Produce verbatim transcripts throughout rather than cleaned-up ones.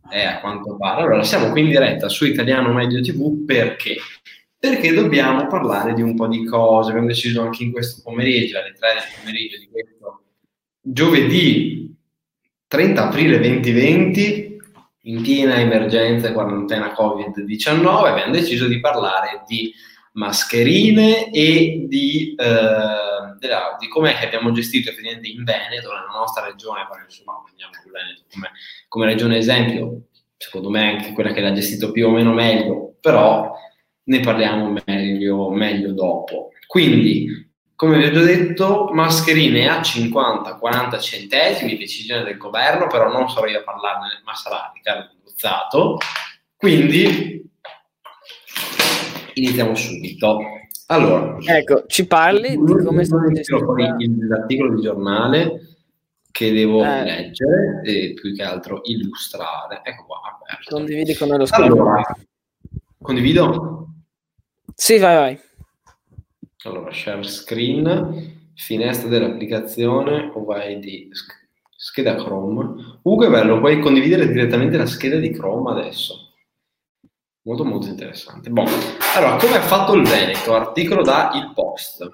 è a quanto pare. Allora, siamo qui in diretta su Italiano Medio T V perché? Perché dobbiamo parlare di un po' di cose. Abbiamo deciso anche in questo pomeriggio, alle tre del pomeriggio di questo giovedì trenta aprile duemilaventi, in piena emergenza e quarantena covid diciannove, abbiamo deciso di parlare di mascherine e di, eh, della, di come abbiamo gestito effettivamente in Veneto, nella nostra regione, poi insomma prendiamo il Veneto come, come regione esempio, secondo me anche quella che l'ha gestito più o meno meglio, però ne parliamo meglio, meglio dopo. Quindi, come vi ho già detto, mascherine a cinquanta quaranta centesimi, decisione del governo, però non sarò io a parlarne, ma sarà Riccardo Bruzzato. Quindi iniziamo subito. Allora, ecco, ci parli di come sono gestita l'articolo di giornale che devo eh, leggere e più che altro illustrare. Ecco qua, aperto. Condividi con noi lo schermo. Allora, condivido? Sì, vai, vai. Allora, share screen, finestra dell'applicazione o vai di scheda Chrome. Uh, che bello, puoi condividere direttamente la scheda di Chrome adesso. Molto molto interessante. Bon. Allora, come ha fatto il Veneto? Articolo da Il Post.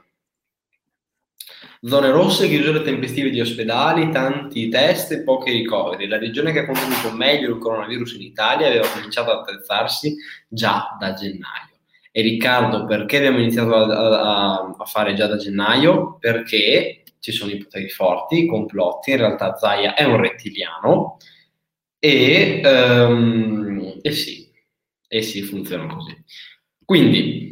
Zone rosse, chiusure tempestive di ospedali, tanti test e pochi ricoveri. La regione che ha contenuto meglio il coronavirus in Italia aveva cominciato ad attrezzarsi già da gennaio. E Riccardo, perché abbiamo iniziato a, a, a fare già da gennaio? Perché ci sono i poteri forti, i complotti, in realtà Zaia è un rettiliano e, um, e sì, e sì, funziona così. Quindi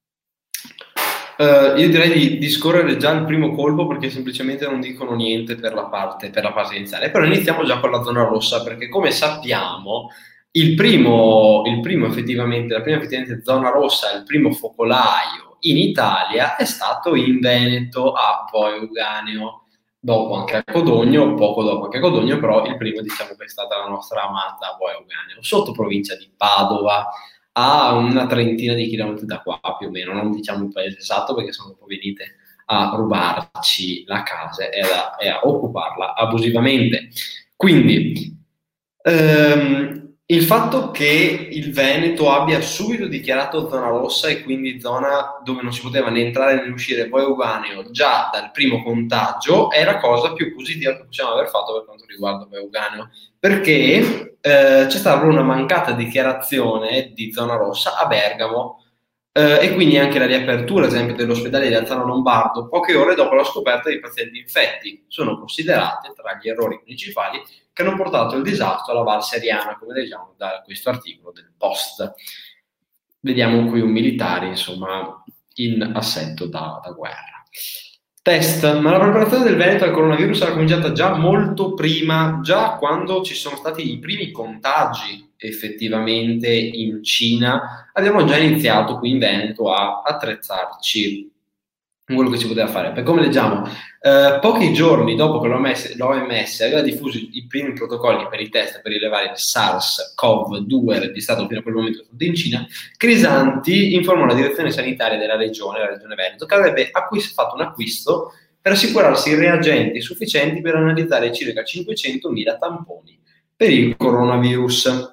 Uh, io direi di, di scorrere già il primo colpo perché semplicemente non dicono niente per la parte, per la parte iniziale. Però iniziamo già con la zona rossa perché, come sappiamo, il primo, il primo effettivamente, la prima effettivamente zona rossa, il primo focolaio in Italia è stato in Veneto a Poi Euganeo, dopo anche a Codogno, poco dopo anche a Codogno, però il primo diciamo che è stata la nostra amata Poi Euganeo, sotto provincia di Padova, a una trentina di chilometri da qua più o meno, non diciamo il paese esatto perché sono un po' venite a rubarci la casa e a, e a occuparla abusivamente. Quindi ehm, il fatto che il Veneto abbia subito dichiarato zona rossa e quindi zona dove non si poteva né entrare né uscire poi Euganeo già dal primo contagio è la cosa più positiva che possiamo aver fatto per quanto riguarda poi Euganeo, perché eh, c'è stata una mancata dichiarazione di zona rossa a Bergamo eh, e quindi anche la riapertura, ad esempio, dell'ospedale di Alzano Lombardo poche ore dopo la scoperta dei pazienti infetti sono considerate tra gli errori principali che hanno portato il disastro alla Val Seriana, come leggiamo da questo articolo del Post. Vediamo qui un militare, insomma, in assetto da, da guerra. Test, ma la preparazione del Veneto al coronavirus era cominciata già molto prima, già quando ci sono stati i primi contagi effettivamente in Cina, abbiamo già iniziato qui in Veneto a attrezzarci con quello che si poteva fare. Per come leggiamo, eh, pochi giorni dopo che l'O M S, l'O M S aveva diffuso i primi protocolli per i test per rilevare il SARS-CoV due registrato fino a quel momento in Cina, Crisanti informò la direzione sanitaria della regione, la regione Veneto, che avrebbe acquist- fatto un acquisto per assicurarsi reagenti sufficienti per analizzare circa cinquecentomila tamponi per il coronavirus.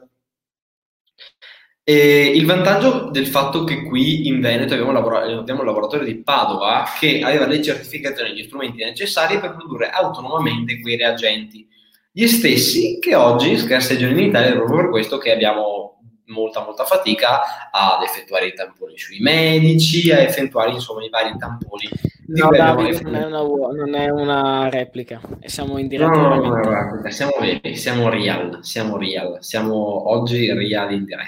E il vantaggio del fatto che qui in Veneto abbiamo, lavora- abbiamo un laboratorio di Padova che aveva le certificazioni e gli strumenti necessari per produrre autonomamente quei reagenti, gli stessi che oggi scarseggiano in Italia, proprio per questo che abbiamo molta molta fatica ad effettuare i tamponi sui medici, a effettuare insomma i vari tamponi. No, Davide, non è, una, non è una replica, siamo in diretta. No, no, no, no, no, siamo veri, siamo real, siamo real, siamo oggi real in diretta.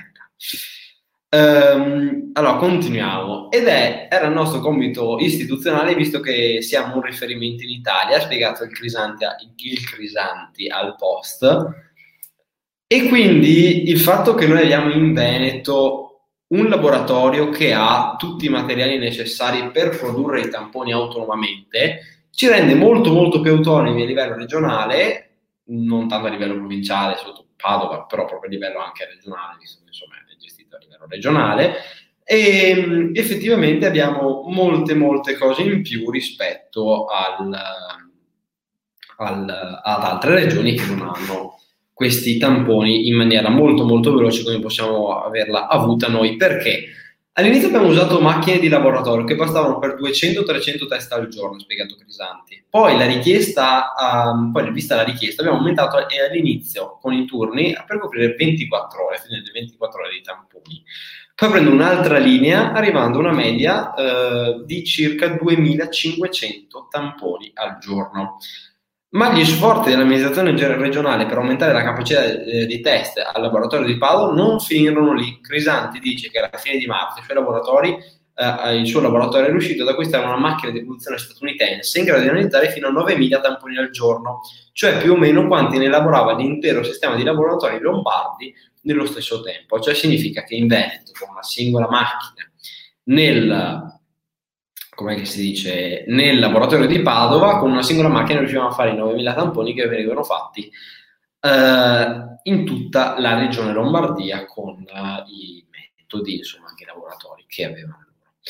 Um, allora continuiamo ed è era il nostro compito istituzionale, visto che siamo un riferimento in Italia, ha spiegato il Crisanti, il Crisanti al Post, e quindi il fatto che noi abbiamo in Veneto un laboratorio che ha tutti i materiali necessari per produrre i tamponi autonomamente ci rende molto molto più autonomi a livello regionale, non tanto a livello provinciale sotto Padova, però proprio a livello anche regionale, visto che insomma è gestito a livello regionale, e effettivamente abbiamo molte molte cose in più rispetto al, al, ad altre regioni che non hanno questi tamponi in maniera molto molto veloce come possiamo averla avuta noi. Perché? All'inizio abbiamo usato macchine di laboratorio che bastavano per duecento trecento test al giorno, ha spiegato Crisanti. Poi la richiesta, um, poi vista la richiesta, abbiamo aumentato e all'inizio con i turni per coprire ventiquattro ore, finendo ventiquattro ore di tamponi. Poi prendo un'altra linea, arrivando a una media eh, di circa duemilacinquecento tamponi al giorno. Ma gli sforzi dell'amministrazione regionale per aumentare la capacità eh, di test al laboratorio di Padova non finirono lì. Crisanti dice che alla fine di marzo i suoi laboratori, eh, il suo laboratorio è riuscito ad acquistare una macchina di produzione statunitense in grado di analizzare fino a novemila tamponi al giorno, cioè più o meno quanti ne elaborava l'intero sistema di laboratori lombardi nello stesso tempo. Cioè significa che in Veneto, con una singola macchina, nel... come che si dice, nel laboratorio di Padova, con una singola macchina riuscivamo a fare i novemila tamponi che venivano fatti eh, in tutta la regione Lombardia con uh, i metodi, insomma, anche i laboratori che avevano.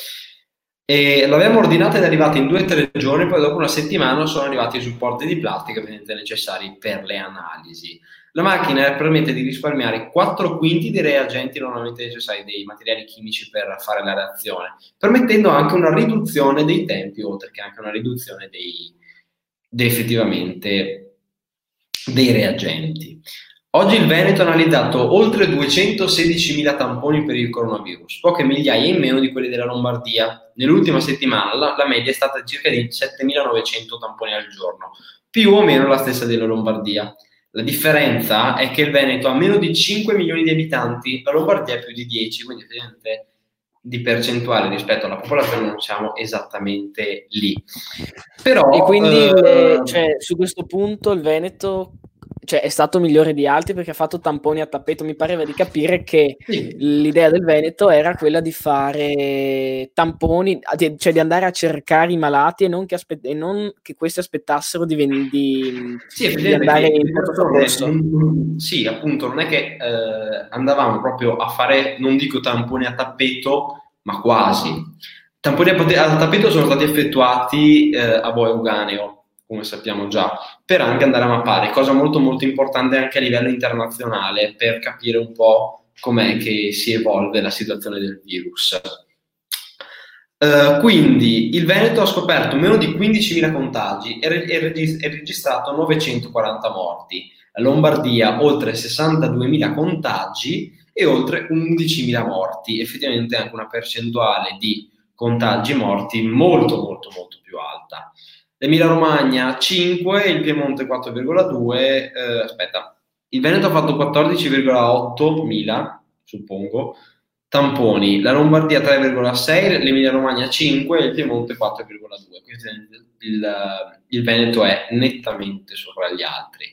E l'abbiamo ordinata ed è arrivata in due o tre giorni, poi dopo una settimana sono arrivati i supporti di plastica ovviamente necessari per le analisi. La macchina permette di risparmiare quattro quinti dei reagenti normalmente necessari, dei materiali chimici per fare la reazione, permettendo anche una riduzione dei tempi, oltre che anche una riduzione dei, dei effettivamente dei reagenti. Oggi il Veneto ha analizzato oltre duecentosedicimila tamponi per il coronavirus, poche migliaia in meno di quelli della Lombardia. Nell'ultima settimana la, la media è stata circa di settemilanovecento tamponi al giorno, più o meno la stessa della Lombardia. La differenza è che il Veneto ha meno di cinque milioni di abitanti, la Lombardia ha più di dieci, quindi ovviamente di percentuale rispetto alla popolazione non siamo esattamente lì. Però, e quindi eh, cioè, su questo punto il Veneto, cioè, è stato migliore di altri perché ha fatto tamponi a tappeto. Mi pareva di capire che sì. L'idea del Veneto era quella di fare tamponi, cioè di andare a cercare i malati e non che, aspe- e non che questi aspettassero di, ven- di, Sì, di andare in pronto soccorso. Sì, appunto, non è che eh, andavamo proprio a fare, non dico tamponi a tappeto, ma quasi. Tamponi a, a tappeto sono stati effettuati eh, a Boe Euganeo, come sappiamo già, per anche andare a mappare, cosa molto molto importante anche a livello internazionale, per capire un po' com'è che si evolve la situazione del virus. Uh, quindi il Veneto ha scoperto meno di quindicimila contagi e, re- e regis- e registrato novecentoquaranta morti. La Lombardia oltre sessantaduemila contagi e oltre undicimila morti, effettivamente anche una percentuale di contagi morti molto molto molto più alta. L'Emilia Romagna cinque, il Piemonte quattro virgola due, eh, aspetta, il Veneto ha fatto quattordici virgola otto mila, suppongo, tamponi, la Lombardia tre virgola sei, l'Emilia Romagna cinque e il Piemonte quattro virgola due. Quindi il, il Veneto è nettamente sopra gli altri.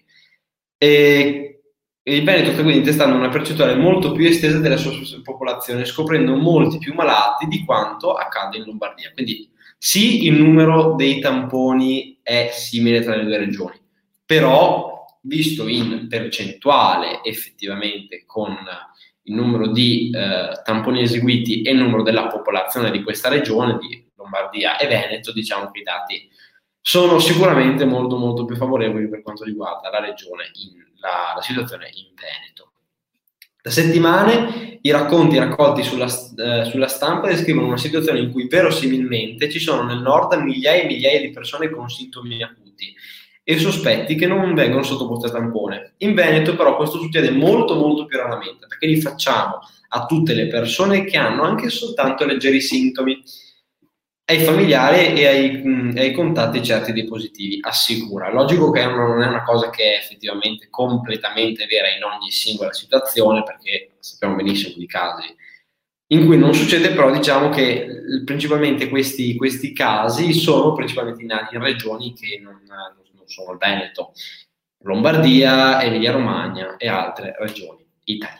E il Veneto sta quindi testando una percentuale molto più estesa della sua popolazione, scoprendo molti più malati di quanto accade in Lombardia. Quindi sì, il numero dei tamponi è simile tra le due regioni, però visto in percentuale effettivamente con il numero di eh, tamponi eseguiti e il numero della popolazione di questa regione, di Lombardia e Veneto, diciamo che i dati sono sicuramente molto molto più favorevoli per quanto riguarda la regione, in, la, la situazione in Veneto. Da settimane i racconti raccolti sulla, eh, sulla stampa descrivono una situazione in cui verosimilmente ci sono nel nord migliaia e migliaia di persone con sintomi acuti e sospetti che non vengono sottoposti a tampone. In Veneto però questo succede molto molto più raramente, perché li facciamo a tutte le persone che hanno anche soltanto leggeri sintomi, ai familiari e ai, mh, ai contatti certi dei positivi, assicura. Logico che non è una cosa che è effettivamente completamente vera in ogni singola situazione, perché sappiamo benissimo di casi in cui non succede, però diciamo che principalmente questi, questi casi sono principalmente in, in regioni che non, non sono il Veneto, Lombardia, Emilia Romagna e altre regioni italiane.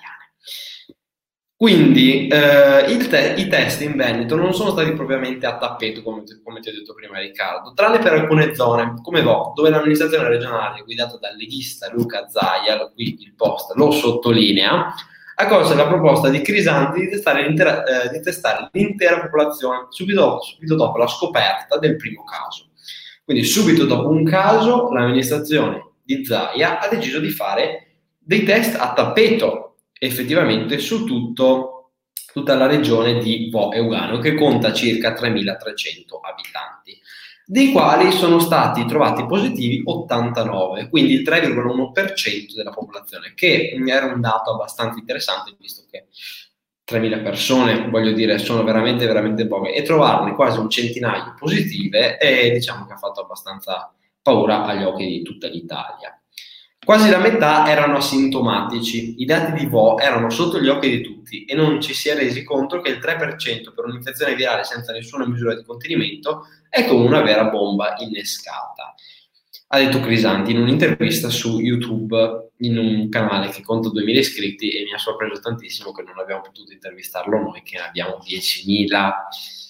Quindi eh, il te- i test in Veneto non sono stati propriamente a tappeto, come, come ti ho detto prima Riccardo, tranne per alcune zone, come Vo, dove l'amministrazione regionale, guidata dal leghista Luca Zaia, qui il post lo sottolinea, accolse la proposta di Crisanti di testare l'intera, eh, di testare l'intera popolazione subito, subito dopo la scoperta del primo caso. Quindi subito dopo un caso l'amministrazione di Zaia ha deciso di fare dei test a tappeto, effettivamente su tutto, tutta la regione di Vo Euganeo, che conta circa tremilatrecento abitanti, dei quali sono stati trovati positivi ottantanove, quindi il tre virgola uno per cento della popolazione, che era un dato abbastanza interessante, visto che tremila persone, voglio dire, sono veramente, veramente poche, e trovarne quasi un centinaio positive, e diciamo che ha fatto abbastanza paura agli occhi di tutta l'Italia. Quasi la metà erano asintomatici, i dati di Vo erano sotto gli occhi di tutti e non ci si è resi conto che il tre per cento per un'infezione virale senza nessuna misura di contenimento è come una vera bomba innescata. Ha detto Crisanti in un'intervista su YouTube, in un canale che conta duemila iscritti, e mi ha sorpreso tantissimo che non abbiamo potuto intervistarlo noi, che ne abbiamo diecimila.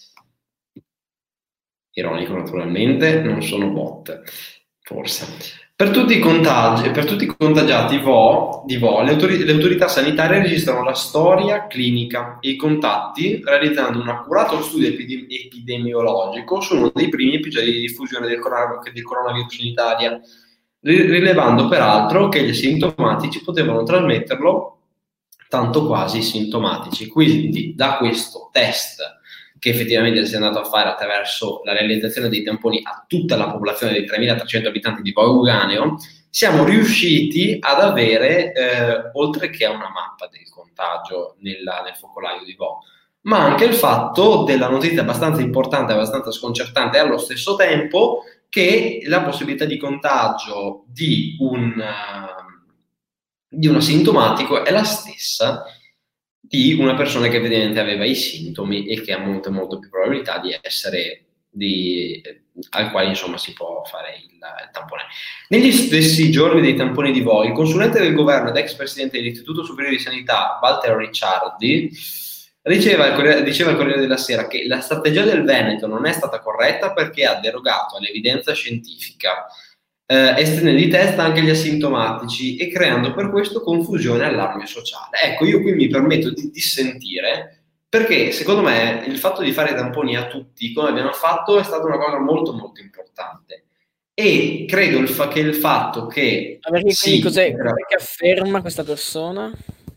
Ironico, naturalmente, non sono bot, forse. Per tutti i contagi, per tutti i contagiati Vo, di Vo, le, autori- le autorità sanitarie registrano la storia clinica e i contatti, realizzando un accurato studio epidem- epidemiologico su uno dei primi episodi di diffusione del, coron- del coronavirus in Italia, ri- rilevando peraltro che gli asintomatici potevano trasmetterlo, tanto quasi sintomatici. Quindi da questo test, che effettivamente si è andato a fare attraverso la realizzazione dei tamponi a tutta la popolazione dei tremilatrecento abitanti di Vo Euganeo, siamo riusciti ad avere, eh, oltre che a una mappa del contagio nella, nel focolaio di Vo, ma anche il fatto della notizia abbastanza importante, abbastanza sconcertante, e allo stesso tempo che la possibilità di contagio di un, uh, di un asintomatico è la stessa di una persona che evidentemente aveva i sintomi e che ha molto molto più probabilità di essere di, al quale insomma si può fare il, il tampone. Negli stessi giorni dei tamponi di Vo, il consulente del governo ed ex presidente dell'Istituto Superiore di Sanità Walter Ricciardi diceva al Corriere, diceva al Corriere della Sera che la strategia del Veneto non è stata corretta perché ha derogato all'evidenza scientifica, Eh, estendendo di testa anche gli asintomatici e creando per questo confusione e allarme sociale. Ecco, io qui mi permetto di dissentire, perché secondo me il fatto di fare tamponi a tutti, come abbiamo fatto, è stata una cosa molto molto importante. E credo il fa- che il fatto che... Ma perché, quindi sì, cos'è, era- cos'è che afferma questa persona?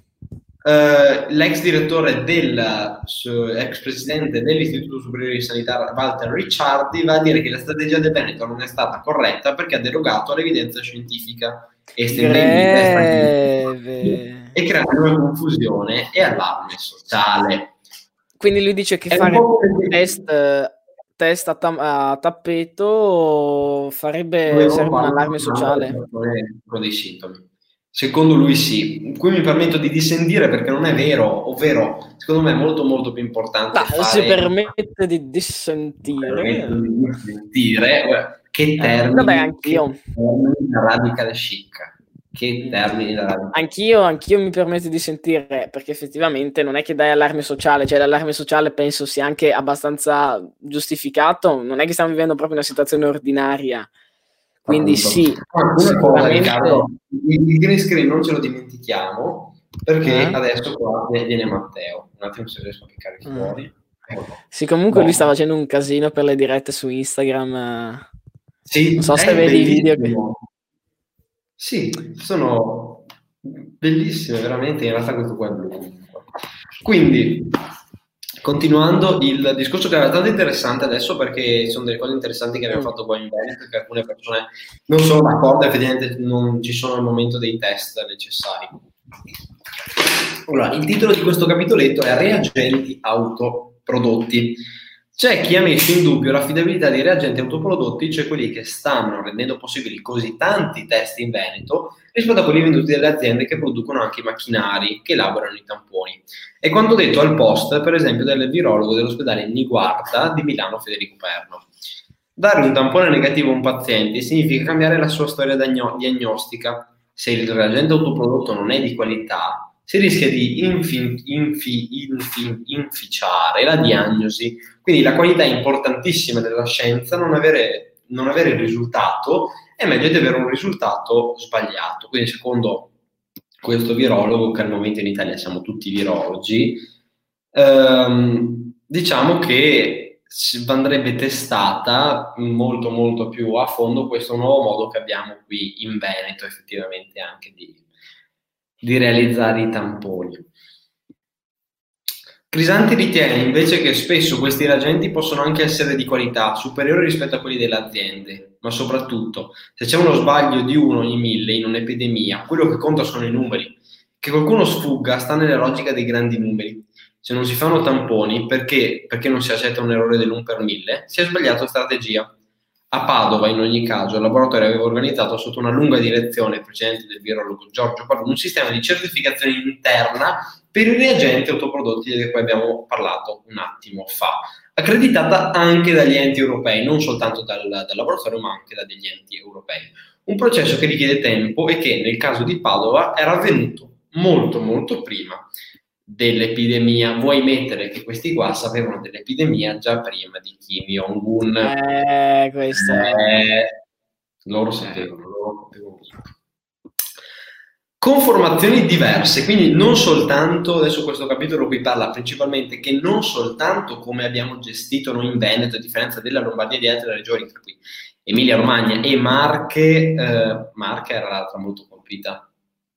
Uh, l'ex direttore del su, ex presidente dell'Istituto Superiore di Sanità Walter Ricciardi va a dire che la strategia del Veneto non è stata corretta perché ha derogato all'evidenza scientifica, estendendo i test Greve. e creando una confusione e allarme sociale. Quindi lui dice che È un fare po' come- test, test a, tam- a tappeto farebbe dovevano sarebbe un farlo allarme sociale. con dei sintomi. Secondo lui sì. Qui mi permetto di dissentire perché non è vero, ovvero secondo me è molto molto più importante No, fare... si permette di dissentire. Permetto di dissentire. Che Eh, termini, vabbè, che anch'io. termini da radical chic. Che Mm. termini da radical chic. Anch'io, anch'io mi permetto di sentire, perché effettivamente non è che dai allarme sociale, cioè l'allarme sociale penso sia anche abbastanza giustificato, non è che stiamo vivendo proprio una situazione ordinaria, quindi Appunto. sì, Ah, una cosa, sicuramente. Riccardo, il il green screen non ce lo dimentichiamo, perché Eh? adesso qua viene Matteo. Un attimo se riesco a piccare Mm. fuori. Ecco. Sì, comunque lui Boh. sta facendo un casino per le dirette su Instagram. eh. Sì, Non so se è vedi i video che... bellissimo. Sì, sono bellissime, veramente. In realtà questo qua è blu. Quindi, continuando il discorso che era tanto interessante adesso, perché ci sono delle cose interessanti che abbiamo Mm. fatto qua in Veneto, che alcune persone non sono d'accordo, effettivamente non ci sono al momento dei test necessari. Allora, il titolo di questo capitoletto è Reagenti autoprodotti. C'è chi ha messo in dubbio l'affidabilità dei reagenti autoprodotti, cioè quelli che stanno rendendo possibili così tanti test in Veneto rispetto a quelli venduti dalle aziende che producono anche i macchinari che elaborano i tamponi. E quanto detto al post, per esempio, del virologo dell'ospedale Niguarda di Milano Federico Perno. Dare un tampone negativo a un paziente significa cambiare la sua storia diagnostica. Se il reagente autoprodotto non è di qualità, si rischia di infi, infi, infi, inficiare la diagnosi. Quindi la qualità è importantissima della scienza, non avere, non avere il risultato è meglio di avere un risultato sbagliato. Quindi secondo questo virologo, che al momento in Italia siamo tutti virologi, ehm, diciamo che andrebbe testata molto molto più a fondo questo nuovo modo che abbiamo qui in Veneto effettivamente anche di di realizzare i tamponi. Crisanti ritiene invece che spesso questi reagenti possono anche essere di qualità superiore rispetto a quelli delle aziende, ma soprattutto se c'è uno sbaglio di uno ogni mille in un'epidemia, quello che conta sono i numeri. Che qualcuno sfugga sta nella logica dei grandi numeri. Se non si fanno tamponi, perché, perché non si accetta un errore dell'uno per mille, si è sbagliato strategia. A Padova, in ogni caso, il laboratorio aveva organizzato sotto una lunga direzione precedente del virologo Giorgio Parun un sistema di certificazione interna per i reagenti autoprodotti di cui abbiamo parlato un attimo fa, accreditata anche dagli enti europei, non soltanto dal, dal laboratorio, ma anche da degli enti europei. Un processo che richiede tempo e che nel caso di Padova era avvenuto molto molto prima dell'epidemia. Vuoi mettere che questi qua sapevano dell'epidemia già prima di Kim Jong-un? Eh, questo Eh, loro sapevano, loro sapevano. Con formazioni diverse, quindi non soltanto, adesso questo capitolo qui parla principalmente che non soltanto come abbiamo gestito noi in Veneto, a differenza della Lombardia e di altre regioni, tra cui Emilia Romagna e Marche, eh, Marche era l'altra molto colpita.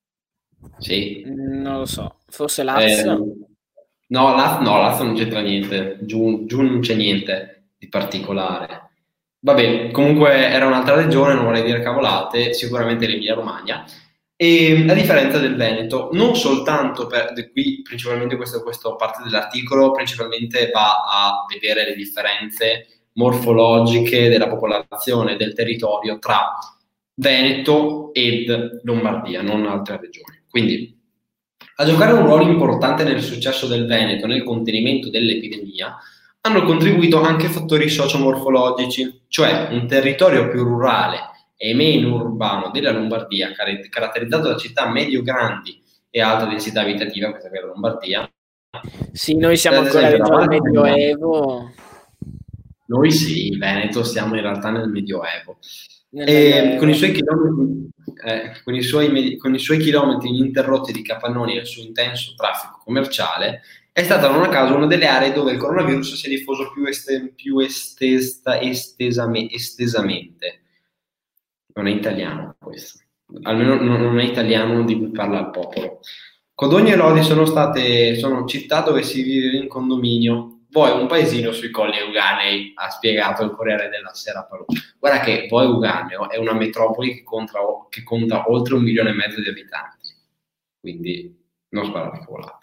Sì. non lo so, forse Lazio? Eh, no, Lazio, no, Lazio non c'entra niente, giù, giù non c'è niente di particolare. Vabbè, comunque era un'altra regione, non vorrei dire cavolate, sicuramente l'Emilia Romagna. E a differenza del Veneto, non soltanto per qui, principalmente questa, questa parte dell'articolo, principalmente va a vedere le differenze morfologiche della popolazione del territorio tra Veneto ed Lombardia, non altre regioni. Quindi a giocare un ruolo importante nel successo del Veneto nel contenimento dell'epidemia hanno contribuito anche fattori sociomorfologici, cioè un territorio più rurale e meno urbano della Lombardia, caratterizzato da città medio-grandi e alta densità abitativa, questa è la Lombardia. Sì, noi siamo ancora dentro al Medioevo. Noi sì, in Veneto siamo in realtà nel Medioevo. Nel Medioevo. E con i suoi chilometri, eh, con i suoi, con i suoi chilometri ininterrotti di capannoni e il suo intenso traffico commerciale, è stata non a caso una delle aree dove il coronavirus si è diffuso più, este, più estesta, estesame, estesamente. Non è italiano questo, almeno non è italiano di cui parla il popolo. Codogno e Lodi sono state sono città dove si vive in condominio. Voi un paesino sui colli Euganei, ha spiegato il Corriere della Sera. Guarda che poi Euganeo è una metropoli che conta, che conta oltre un milione e mezzo di abitanti, quindi non sparate cavolate.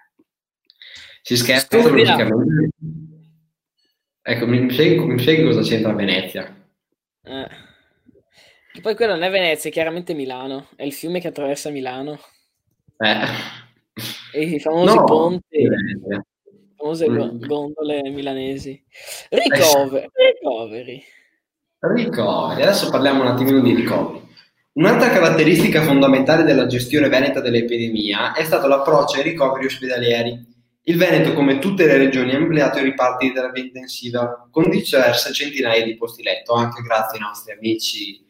Si scherza logicamente. Ecco, mi spieghi, mi spieghi cosa c'entra Venezia? Eh. E poi quello non è Venezia, è chiaramente Milano, è il fiume che attraversa Milano. Eh. E i famosi no, ponti, le famose mm. gondole milanesi. Ricover- eh, ricoveri. Ricoveri. Adesso parliamo un attimino di ricoveri. Un'altra caratteristica fondamentale della gestione veneta dell'epidemia è stato l'approccio ai ricoveri ospedalieri. Il Veneto, come tutte le regioni, ha ampliato i riparti di terapia intensiva con diverse centinaia di posti letto, anche grazie ai nostri amici,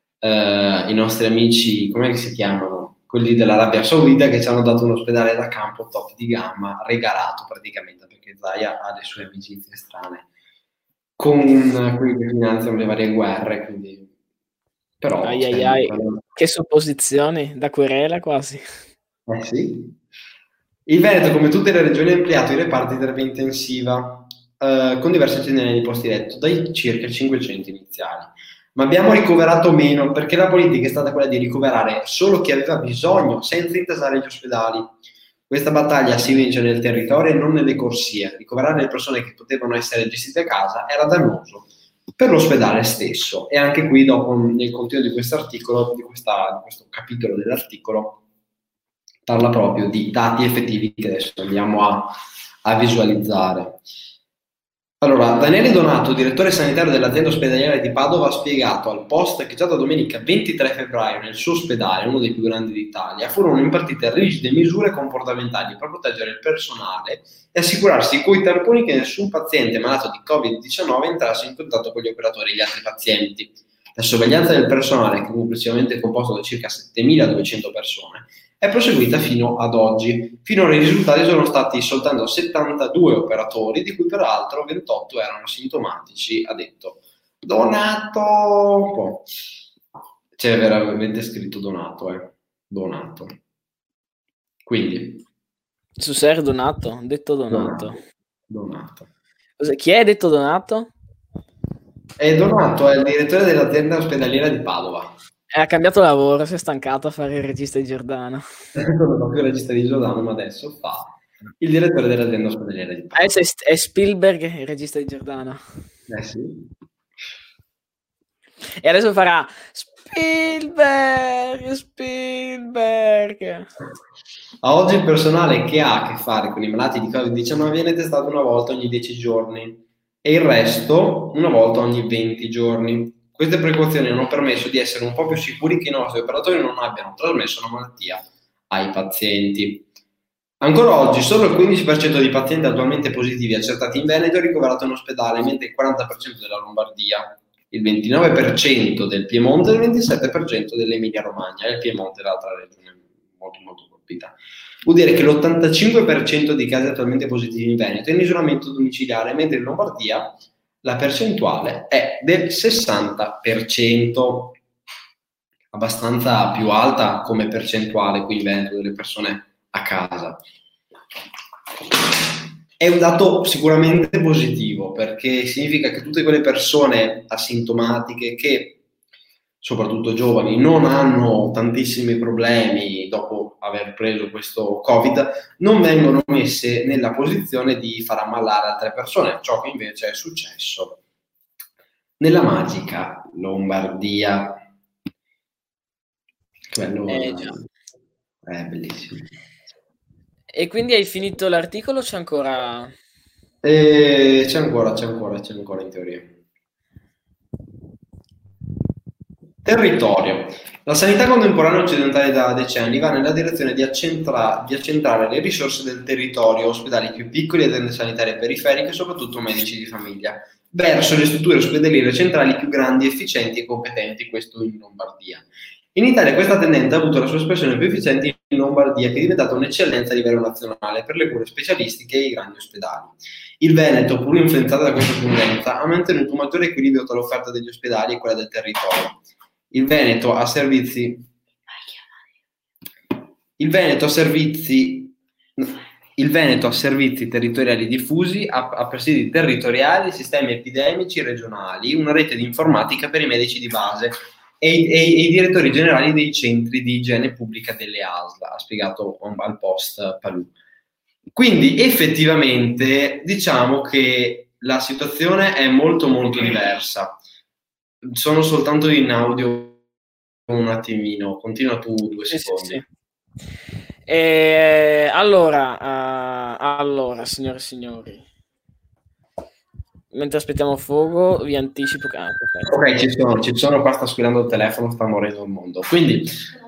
eh, i nostri amici, come si chiamano? Quelli dell'Arabia Saudita, che ci hanno dato un ospedale da campo top di gamma, regalato praticamente, perché Zaia ha le sue amicizie strane con quelli che finanziano le varie guerre, quindi... Però, ai ai ai, che supposizioni, da querela quasi. Eh sì. Il Veneto, come tutte le regioni, ha ampliato i reparti di terapia intensiva eh, con diverse centinaia di posti letto, dai circa cinquecento iniziali. Ma abbiamo ricoverato meno perché la politica è stata quella di ricoverare solo chi aveva bisogno, senza intasare gli ospedali. Questa battaglia si vince nel territorio e non nelle corsie. Ricoverare le persone che potevano essere gestite a casa era dannoso per l'ospedale stesso. E anche qui, dopo, nel contenuto di questo articolo, di, questa, di questo capitolo dell'articolo, parla proprio di dati effettivi che adesso andiamo a, a visualizzare. Allora, Daniele Donato, direttore sanitario dell'azienda ospedaliera di Padova, ha spiegato al Post che già da domenica ventitré febbraio nel suo ospedale, uno dei più grandi d'Italia, furono impartite rigide misure comportamentali per proteggere il personale e assicurarsi coi tamponi che nessun paziente malato di covid diciannove entrasse in contatto con gli operatori e gli altri pazienti. La sorveglianza del personale, che complessivamente è composto da circa settemiladuecento persone, è proseguita fino ad oggi. Finora i risultati sono stati soltanto settantadue operatori, di cui peraltro ventotto erano sintomatici, ha detto Donato. C'è veramente scritto Donato, eh. Donato. Quindi Su Ser Donato, detto Donato. Donato. Chi è detto Donato? E Donato è il direttore dell'azienda ospedaliera di Padova. Ha cambiato lavoro, si è stancato a fare il regista di Giordano. Non fa più il regista di Giordano, ma adesso fa il direttore dell'azienda ospedaliera di Padova. Adesso è Spielberg il regista di Giordano. Eh sì. E adesso farà Spielberg, Spielberg. A oggi il personale che ha a che fare con i malati di covid diciannove viene testato una volta ogni dieci giorni e il resto una volta ogni venti giorni. Queste precauzioni hanno permesso di essere un po' più sicuri che i nostri operatori non abbiano trasmesso la malattia ai pazienti. Ancora oggi solo il quindici per cento dei pazienti attualmente positivi accertati in Veneto è ricoverato in ospedale, mentre il quaranta per cento della Lombardia, il ventinove per cento del Piemonte e il ventisette per cento dell'Emilia Romagna, e il Piemonte è l'altra regione molto molto colpita. Vuol dire che l'ottantacinque per cento dei casi attualmente positivi in Veneto è in isolamento domiciliare, mentre in Lombardia la percentuale è del sessanta per cento, abbastanza più alta come percentuale qui in Veneto delle persone a casa. È un dato sicuramente positivo, perché significa che tutte quelle persone asintomatiche che, soprattutto giovani, non hanno tantissimi problemi dopo aver preso questo Covid, non vengono messe nella posizione di far ammalare altre persone, ciò che invece è successo nella magica Lombardia. Quello Eh, già. è bellissimo. E quindi hai finito l'articolo o c'è ancora? E c'è ancora, c'è ancora, c'è ancora in teoria. Territorio. La sanità contemporanea occidentale da decenni va nella direzione di, accentra- di accentrare le risorse del territorio, ospedali più piccoli, aziende sanitarie periferiche e soprattutto medici di famiglia, verso le strutture ospedaliere centrali più grandi, efficienti e competenti, questo in Lombardia. In Italia questa tendenza ha avuto la sua espressione più efficiente in Lombardia, che è diventata un'eccellenza a livello nazionale per le cure specialistiche e i grandi ospedali. Il Veneto, pur influenzato da questa tendenza, ha mantenuto un maggiore equilibrio tra l'offerta degli ospedali e quella del territorio. Il Veneto ha servizi Il Veneto ha servizi Il Veneto ha servizi territoriali diffusi, ha, ha presidi territoriali, sistemi epidemici regionali, una rete di informatica per i medici di base e, e, e i direttori generali dei centri di igiene pubblica delle A S L, ha spiegato al Post Palù. Quindi effettivamente diciamo che la situazione è molto molto diversa. Sono soltanto in audio un attimino, continua tu due Sì, secondi. sì, sì. E, allora, uh, allora, signore e signori, mentre aspettiamo Fogo, vi anticipo che... Ah, ok, ci sono, ci sono, qua sta squillando il telefono, sta morendo il mondo. Quindi,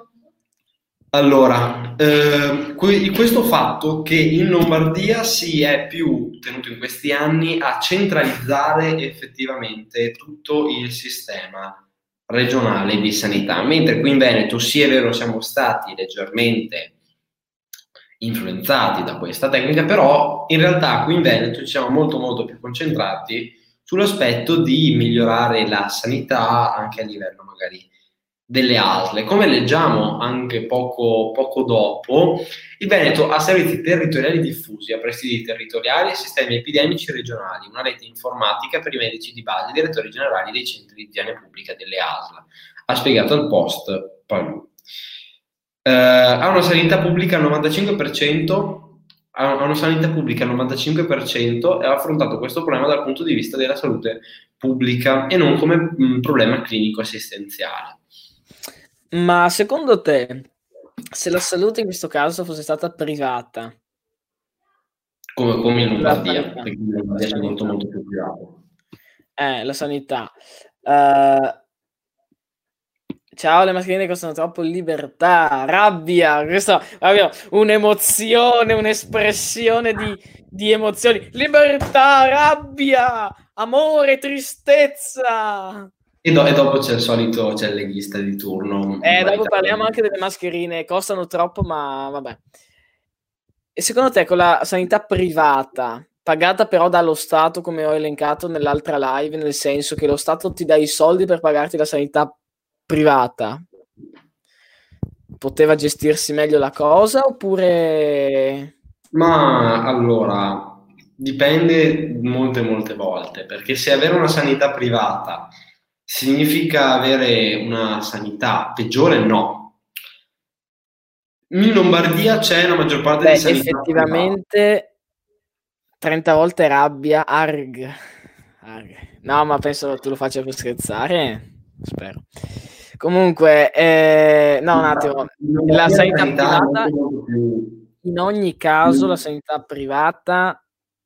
allora, eh, questo fatto che in Lombardia si è più tenuto in questi anni a centralizzare effettivamente tutto il sistema regionale di sanità, mentre qui in Veneto sì è vero siamo stati leggermente influenzati da questa tecnica, però in realtà qui in Veneto ci siamo molto molto più concentrati sull'aspetto di migliorare la sanità anche a livello magari delle A S L. Come leggiamo anche poco, poco dopo, il Veneto ha servizi territoriali diffusi, ha presidi territoriali e sistemi epidemici regionali, una rete informatica per i medici di base, i direttori generali dei centri di igiene pubblica delle A S L, ha spiegato al Post Palù. Uh, ha una sanità pubblica al novantacinque per cento, ha una sanità pubblica al novantacinque per cento e ha affrontato questo problema dal punto di vista della salute pubblica e non come mh, problema clinico assistenziale. Ma secondo te, se la salute in questo caso fosse stata privata, come, come in Lombardia, perché in Lombardia è molto molto più privato. Eh, la sanità. Uh, Ciao, le mascherine costano troppo, libertà, rabbia, questa rabbia, un'emozione, un'espressione di, di emozioni, libertà, rabbia, amore, tristezza. E, do, e dopo c'è il solito, c'è il leghista di turno. Eh, dopo parliamo anche delle mascherine, costano troppo, ma vabbè. E secondo te con la sanità privata, pagata però dallo Stato, come ho elencato nell'altra live, nel senso che lo Stato ti dà i soldi per pagarti la sanità privata, poteva gestirsi meglio la cosa oppure... Ma allora, dipende molte molte volte, perché se avere una sanità privata significa avere una sanità peggiore, no. In Lombardia c'è la maggior parte Beh, di sanità privata. effettivamente trenta volte rabbia, arg. arg. No, ma penso tu lo faccia per scherzare, spero. Comunque, eh, no, un attimo, In la Lombardia sanità sanità è privata, molto, molto più, in ogni caso, la più- sanità privata,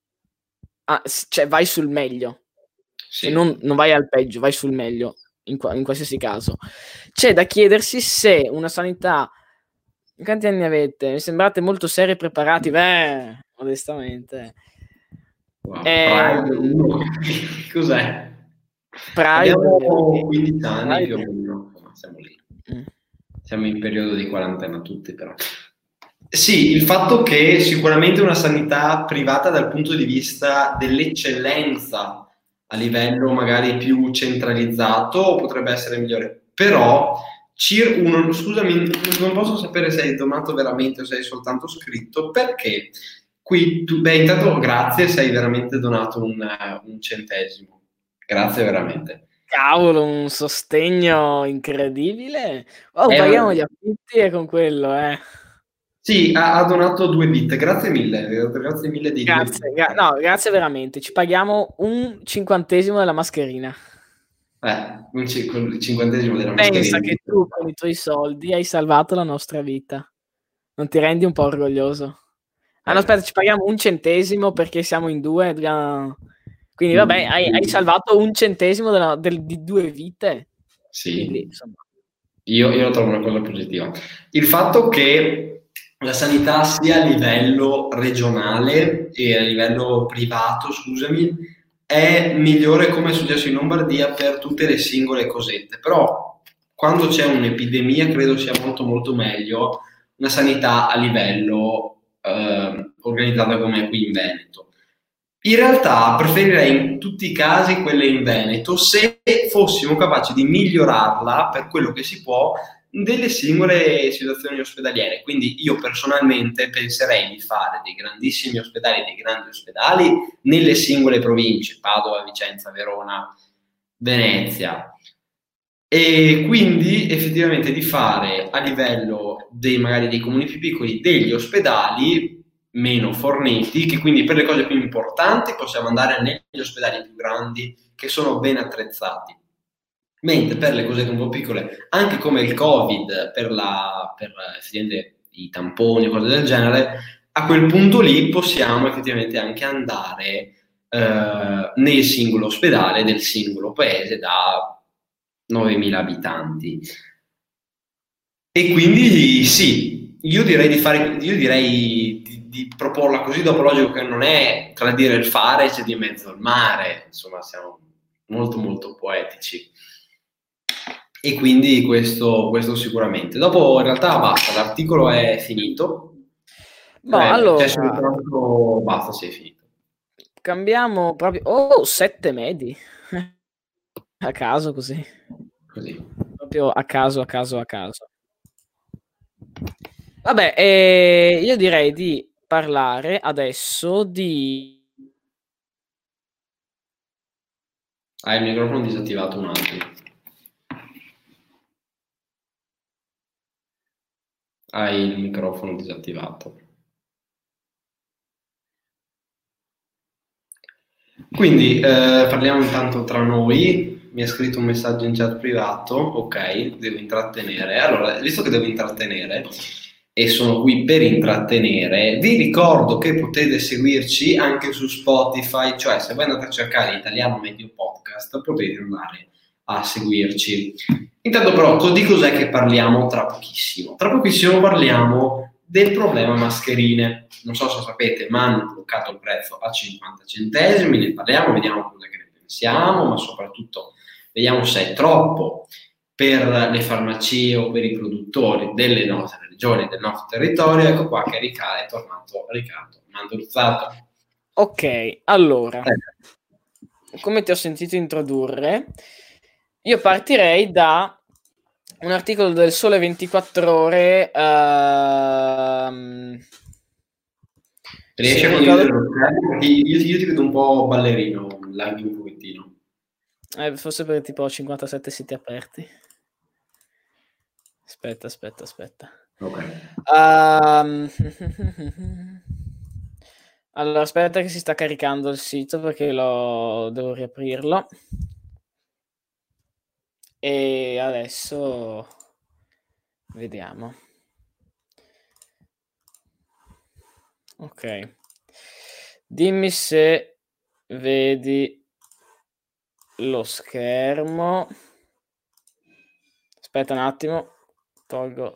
ah, s- cioè vai sul meglio, cioè sì. non, non vai al peggio, vai sul meglio, in, qua- in qualsiasi caso. C'è da chiedersi se una sanità... Quanti anni avete? Mi sembrate molto seri e preparati, beh, onestamente. Wow. Pride Ehm, uno. Cos'è? Pride, Abbiamo quindici anni più o Pride. meno, insomma, siamo lì. Mm. Siamo in periodo di quarantena tutti, però. Sì, il fatto che sicuramente una sanità privata dal punto di vista dell'eccellenza a livello magari più centralizzato potrebbe essere migliore, però cir- uno, scusami, non posso sapere se hai donato veramente o se hai soltanto scritto, perché qui tu, beh, intanto grazie se hai veramente donato un, un centesimo, grazie veramente. Cavolo, un sostegno incredibile. Oh, Eh, paghiamo gli affitti e con quello, eh. sì, ha, ha donato due bit, grazie mille, grazie mille di due bit. Grazie, gra- no, grazie veramente. Ci paghiamo un cinquantesimo della mascherina. Eh, un ci- il cinquantesimo della Pensa mascherina. che tu con i tuoi soldi hai salvato la nostra vita. Non ti rendi un po' orgoglioso? Ah no, Eh, aspetta, ci paghiamo un centesimo perché siamo in due. Dobbiamo... Quindi vabbè, mm, hai, hai salvato un centesimo della- del- di due vite. Quindi, sì, insomma, io, io lo trovo una cosa positiva. Il fatto che la sanità sia a livello regionale e a livello privato, scusami, è migliore come è successo in Lombardia per tutte le singole cosette, però quando c'è un'epidemia credo sia molto molto meglio una sanità a livello eh, organizzata come è qui in Veneto. In realtà preferirei in tutti i casi quelle in Veneto se fossimo capaci di migliorarla per quello che si può delle singole situazioni ospedaliere. Quindi io personalmente penserei di fare dei grandissimi ospedali, dei grandi ospedali nelle singole province, Padova, Vicenza, Verona, Venezia. E quindi effettivamente di fare a livello dei magari dei comuni più piccoli degli ospedali meno forniti, che quindi per le cose più importanti possiamo andare negli ospedali più grandi che sono ben attrezzati. Mentre per le cose un po' piccole, anche come il Covid, per, la, per effettivamente i tamponi o cose del genere, a quel punto lì possiamo effettivamente anche andare eh, nel singolo ospedale del singolo paese da novemila abitanti. E quindi sì, io direi di fare, io direi di, di proporla così, dopo logico che non è tra dire il fare, c'è di mezzo il mare, insomma siamo molto molto poetici. E quindi questo, questo sicuramente. Dopo in realtà basta, l'articolo è finito, boh, cioè c'è allora soltanto, basta, sì, è finito. cambiamo proprio. Oh, sette medi. A caso così. Così. Proprio a caso, a caso, a caso. Vabbè, eh, io direi di parlare adesso di... Hai il microfono disattivato un attimo. Hai il microfono disattivato. Quindi eh, parliamo intanto tra noi. Mi ha scritto un messaggio in chat privato. Ok, devo intrattenere. Allora, visto che devo intrattenere e sono qui per intrattenere, vi ricordo che potete seguirci anche su Spotify, cioè se voi andate a cercare Italiano Medio Podcast potete andare a seguirci. Intanto però di cos'è che parliamo tra pochissimo? Tra pochissimo parliamo del problema mascherine. Non so se sapete, ma hanno bloccato il prezzo a cinquanta centesimi, ne parliamo, vediamo cosa che ne pensiamo, ma soprattutto vediamo se è troppo per le farmacie o per i produttori delle nostre regioni, del nostro territorio. Ecco qua che Riccardo è tornato Riccardo Mandolzato. Ok, allora, Eh. come ti ho sentito introdurre, io partirei da un articolo del Sole ventiquattro Ore. Ehm, Riesci se a mi condividere ricordo, lo schermo? Perché io, io ti vedo un po' ballerino, laghi un pochettino. eh, forse per tipo cinquantasette siti aperti. Aspetta, aspetta, aspetta. Ok. Um, allora, aspetta che si sta caricando il sito perché lo devo riaprirlo. E adesso vediamo. Ok. Dimmi se vedi lo schermo. Aspetta un attimo. Tolgo.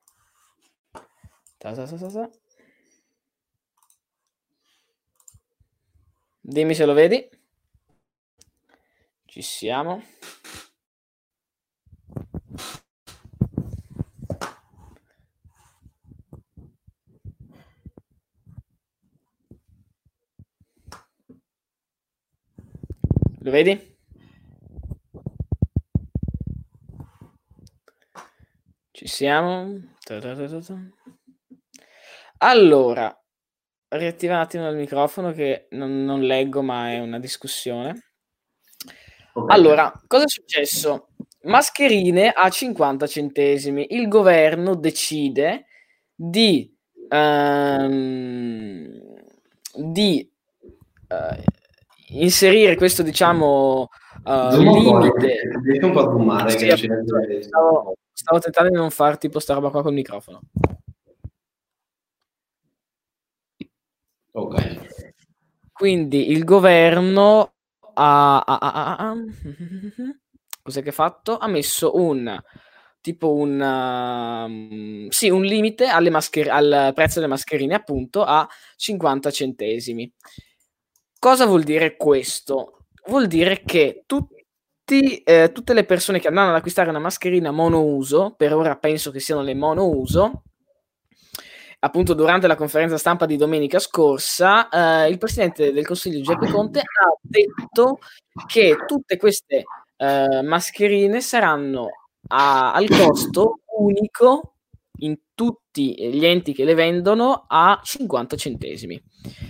Ta ta ta ta ta. Dimmi se lo vedi. Ci siamo. Lo vedi? Ci siamo. Ta ta ta ta ta. Allora, riattiva un attimo il microfono che non, non leggo, ma è una discussione. Ok. Allora, cosa è successo? Mascherine a cinquanta centesimi. Il governo decide di, ehm, di eh, inserire questo, diciamo, eh, Zoom un po', limite. riesci un po' a zoomare che Sì, non ci appunto, legge. stavo, stavo tentando di non far tipo sta roba qua col microfono. Ok. Quindi il governo ha, ha- ha- ha- ha- cos'è che ha fatto? Ha messo un tipo un um, sì, un limite alle mascher- al prezzo delle mascherine, appunto, a cinquanta centesimi. Cosa vuol dire questo? Vuol dire che tutti, eh, tutte le persone che andranno ad acquistare una mascherina monouso, per ora penso che siano le monouso, appunto durante la conferenza stampa di domenica scorsa, eh, il presidente del Consiglio Giuseppe Conte ha detto che tutte queste eh, mascherine saranno a- al costo unico in tutti gli enti che le vendono a cinquanta centesimi.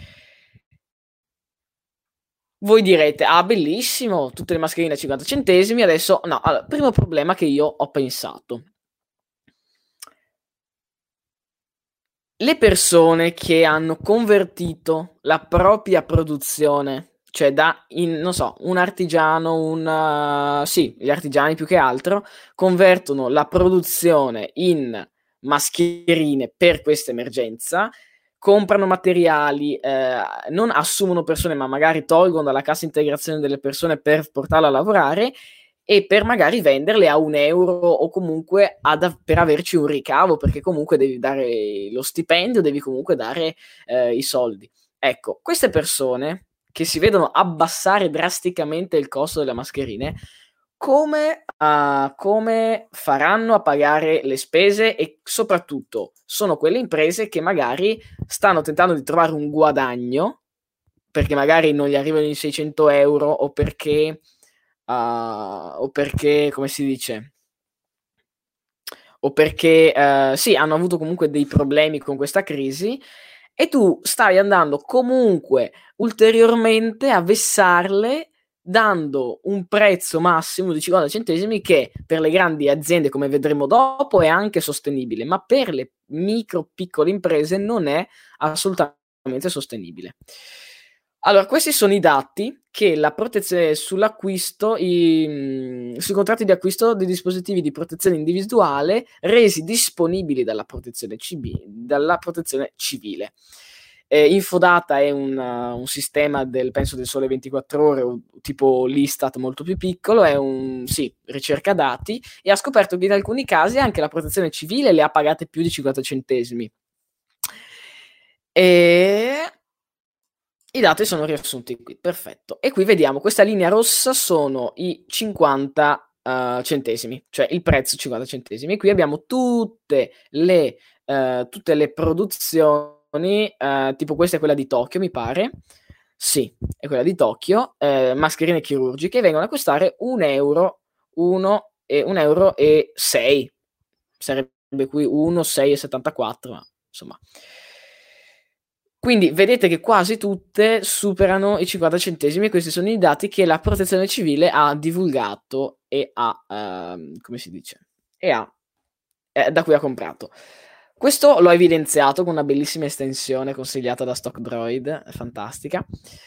Voi direte, ah, bellissimo, tutte le mascherine a cinquanta centesimi, adesso no. Allora, primo problema che io ho pensato. Le persone che hanno convertito la propria produzione, cioè da, in, non so, un artigiano, un, uh, sì, gli artigiani più che altro, convertono la produzione in mascherine per questa emergenza, comprano materiali, eh, non assumono persone, ma magari tolgono dalla cassa integrazione delle persone per portarle a lavorare e per magari venderle a un euro o comunque ad, per averci un ricavo, perché comunque devi dare lo stipendio, devi comunque dare eh, i soldi. Ecco, queste persone che si vedono abbassare drasticamente il costo delle mascherine, come, uh, come faranno a pagare le spese? E soprattutto sono quelle imprese che magari stanno tentando di trovare un guadagno perché magari non gli arrivano i seicento euro o perché Uh, o perché, come si dice, o perché uh, sì, hanno avuto comunque dei problemi con questa crisi e tu stai andando comunque ulteriormente a vessarle dando un prezzo massimo di cinquanta centesimi che per le grandi aziende, come vedremo dopo, è anche sostenibile, ma per le micro piccole imprese non è assolutamente sostenibile. Allora, questi sono i dati che la protezione sull'acquisto, i, sui contratti di acquisto di dispositivi di protezione individuale resi disponibili dalla protezione, C B, dalla protezione civile. Eh, Infodata è un, uh, un sistema del, penso, del Sole ventiquattro Ore, o, tipo l'Istat molto più piccolo, è un, sì, ricerca dati, e ha scoperto che in alcuni casi anche la protezione civile le ha pagate più di cinquanta centesimi. E i dati sono riassunti qui, perfetto. E qui vediamo, questa linea rossa sono i cinquanta uh, centesimi, cioè il prezzo cinquanta centesimi. E qui abbiamo tutte le, uh, tutte le produzioni, uh, tipo questa è quella di Tokyo, mi pare. Sì, è quella di Tokyo. Uh, mascherine chirurgiche vengono a costare un euro, uno e un euro e sei, sarebbe qui uno, sei e settantaquattro, ma insomma. Quindi vedete che quasi tutte superano i cinquanta centesimi e questi sono i dati che la Protezione Civile ha divulgato e ha, ehm, come si dice, e ha, eh, da cui ha comprato. Questo l'ho evidenziato con una bellissima estensione consigliata da StockDroid, fantastica.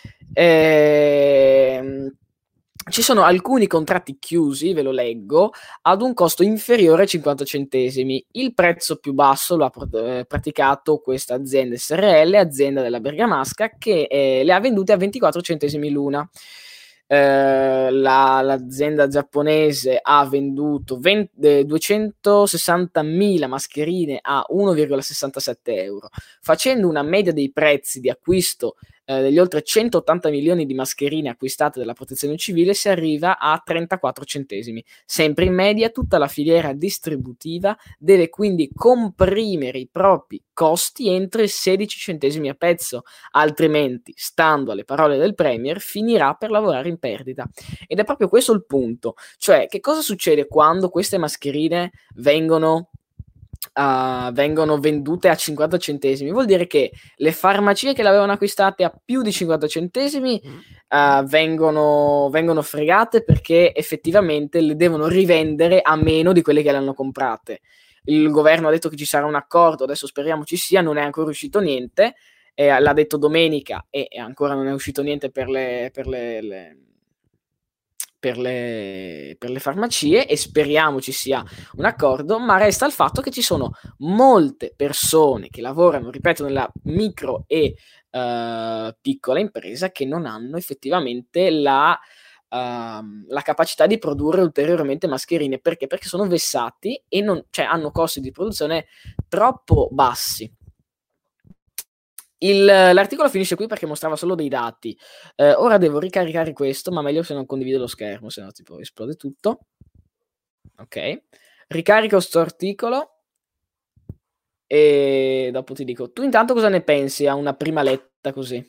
Ehm... Ci sono alcuni contratti chiusi, ve lo leggo, ad un costo inferiore ai cinquanta centesimi. Il prezzo più basso lo ha eh, praticato questa azienda S R L, azienda della Bergamasca, che eh, le ha vendute a ventiquattro centesimi l'una. Eh, la, l'azienda giapponese ha venduto venti, eh, duecentosessantamila mascherine a uno virgola sessantasette euro, facendo una media dei prezzi di acquisto eh, degli oltre centottanta milioni di mascherine acquistate dalla Protezione Civile. Si arriva a trentaquattro centesimi. Sempre in media tutta la filiera distributiva deve quindi comprimere i propri costi entro i sedici centesimi a pezzo, altrimenti, stando alle parole del Premier, finirà per lavorare in perdita. Ed è proprio questo il punto, cioè che cosa succede quando queste mascherine vengono Uh, vengono vendute a cinquanta centesimi? Vuol dire che le farmacie che le avevano acquistate a più di cinquanta centesimi uh, vengono, vengono fregate, perché effettivamente le devono rivendere a meno di quelle che le hanno comprate. Il governo ha detto che ci sarà un accordo, adesso speriamo ci sia, non è ancora uscito niente, eh, l'ha detto domenica e, e ancora non è uscito niente per le, per le, le Per le, per le farmacie, e speriamo ci sia un accordo, ma resta il fatto che ci sono molte persone che lavorano, ripeto, nella micro e uh, piccola impresa, che non hanno effettivamente la, uh, la capacità di produrre ulteriormente mascherine. Perché? Perché sono vessati e non, cioè, hanno costi di produzione troppo bassi. Il, l'articolo finisce qui perché mostrava solo dei dati. Eh, ora devo ricaricare questo, ma meglio se non condivido lo schermo, se no tipo esplode tutto. Ok, ricarico sto articolo e dopo ti dico. Tu intanto cosa ne pensi a una prima letta così?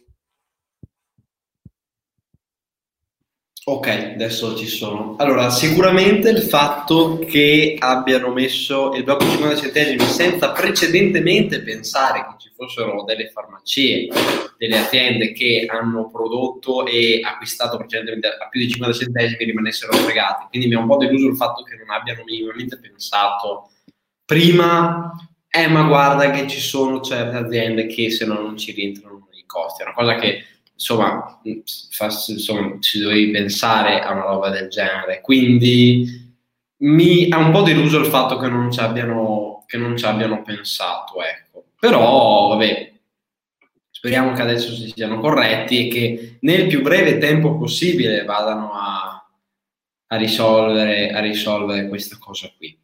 Ok, adesso ci sono. Allora, sicuramente il fatto che abbiano messo il blocco cinquanta centesimi senza precedentemente pensare che ci fossero delle farmacie, delle aziende che hanno prodotto e acquistato precedentemente a più di cinquanta centesimi, rimanessero fregati. Quindi mi ha un po' deluso il fatto che non abbiano minimamente pensato prima, eh ma guarda che ci sono certe aziende che se no non ci rientrano i costi. È una cosa che insomma, fa, insomma ci dovevi pensare a una roba del genere. Quindi mi ha un po' deluso il fatto che non ci abbiano, che non ci abbiano pensato, ecco. Però vabbè, speriamo che adesso si siano corretti e che nel più breve tempo possibile vadano a, a risolvere a risolvere questa cosa qui.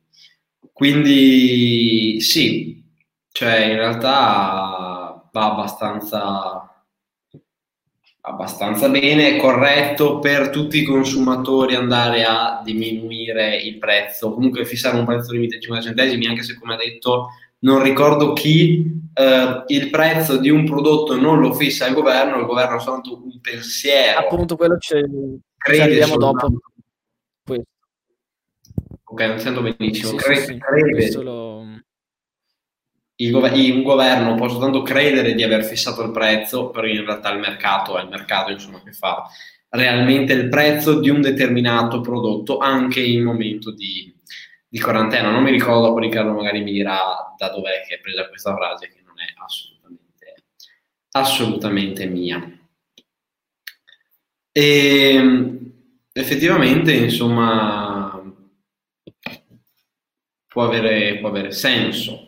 Quindi sì, cioè in realtà va abbastanza abbastanza bene, è corretto per tutti i consumatori andare a diminuire il prezzo, comunque fissare un prezzo limite a cinquanta centesimi, anche se, come ha detto, non ricordo chi, eh, il prezzo di un prodotto non lo fissa il governo, il governo ha soltanto un pensiero. Appunto, quello ci arriviamo dopo. Questo. Ok, non sento benissimo. Sì, Crede, sì, sì. crede. Questo lo... Il gov- un governo può soltanto credere di aver fissato il prezzo, però in realtà il mercato è il mercato, insomma, che fa realmente il prezzo di un determinato prodotto anche in momento di, di quarantena. Non mi ricordo, dopo Riccardo magari mi dirà da dov'è che è presa questa frase, che non è assolutamente, assolutamente mia. E effettivamente, insomma, può avere, può avere senso.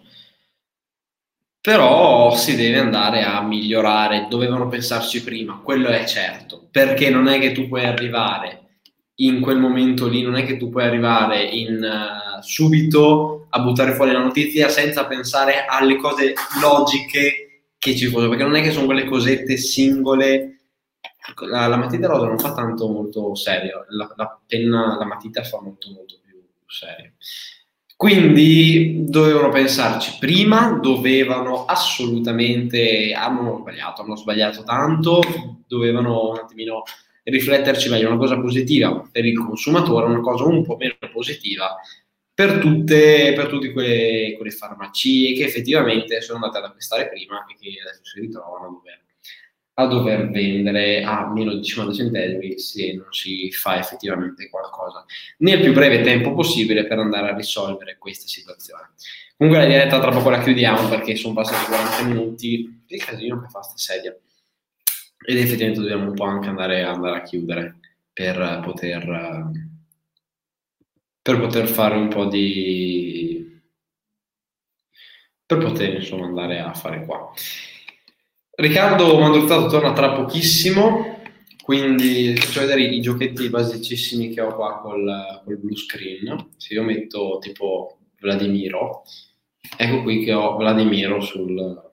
Però si deve andare a migliorare, dovevano pensarci prima, quello è certo, perché non è che tu puoi arrivare in quel momento lì, non è che tu puoi arrivare in, uh, subito a buttare fuori la notizia senza pensare alle cose logiche che ci fossero, perché non è che sono quelle cosette singole. La, la matita rosa non fa tanto molto serio, la, la penna, la matita fa molto molto più serio. Quindi dovevano pensarci prima, dovevano assolutamente, hanno sbagliato, hanno sbagliato tanto, dovevano un attimino rifletterci meglio, una cosa positiva per il consumatore, una cosa un po' meno positiva per tutte, per tutte quelle, quelle farmacie che effettivamente sono andate ad acquistare prima e che adesso si ritrovano a dover, a dover vendere a meno di cinquanta centesimi se non si fa effettivamente qualcosa nel più breve tempo possibile per andare a risolvere questa situazione. Comunque la diretta tra poco la chiudiamo perché sono passati quaranta minuti, che casino che fa sta sedia, ed effettivamente dobbiamo un po' anche andare, andare a chiudere per poter, per poter fare un po' di... per poter insomma andare a fare qua. Riccardo Mandruzzato torna tra pochissimo, quindi faccio vedere i giochetti basicissimi che ho qua col, col blue screen. Se io metto tipo Vladimiro, ecco qui che ho Vladimiro sul...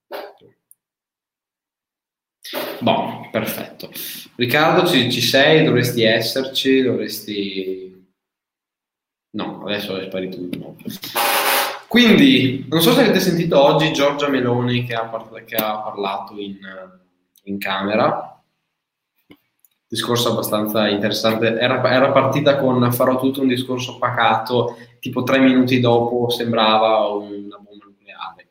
Boh, perfetto. Riccardo, ci, ci sei? Dovresti esserci? Dovresti... No, adesso è sparito di nuovo. Quindi, non so se avete sentito oggi Giorgia Meloni che ha, par- che ha parlato in, in Camera. Discorso abbastanza interessante. Era, era partita con farò tutto un discorso pacato, tipo tre minuti dopo sembrava una bomba nucleare.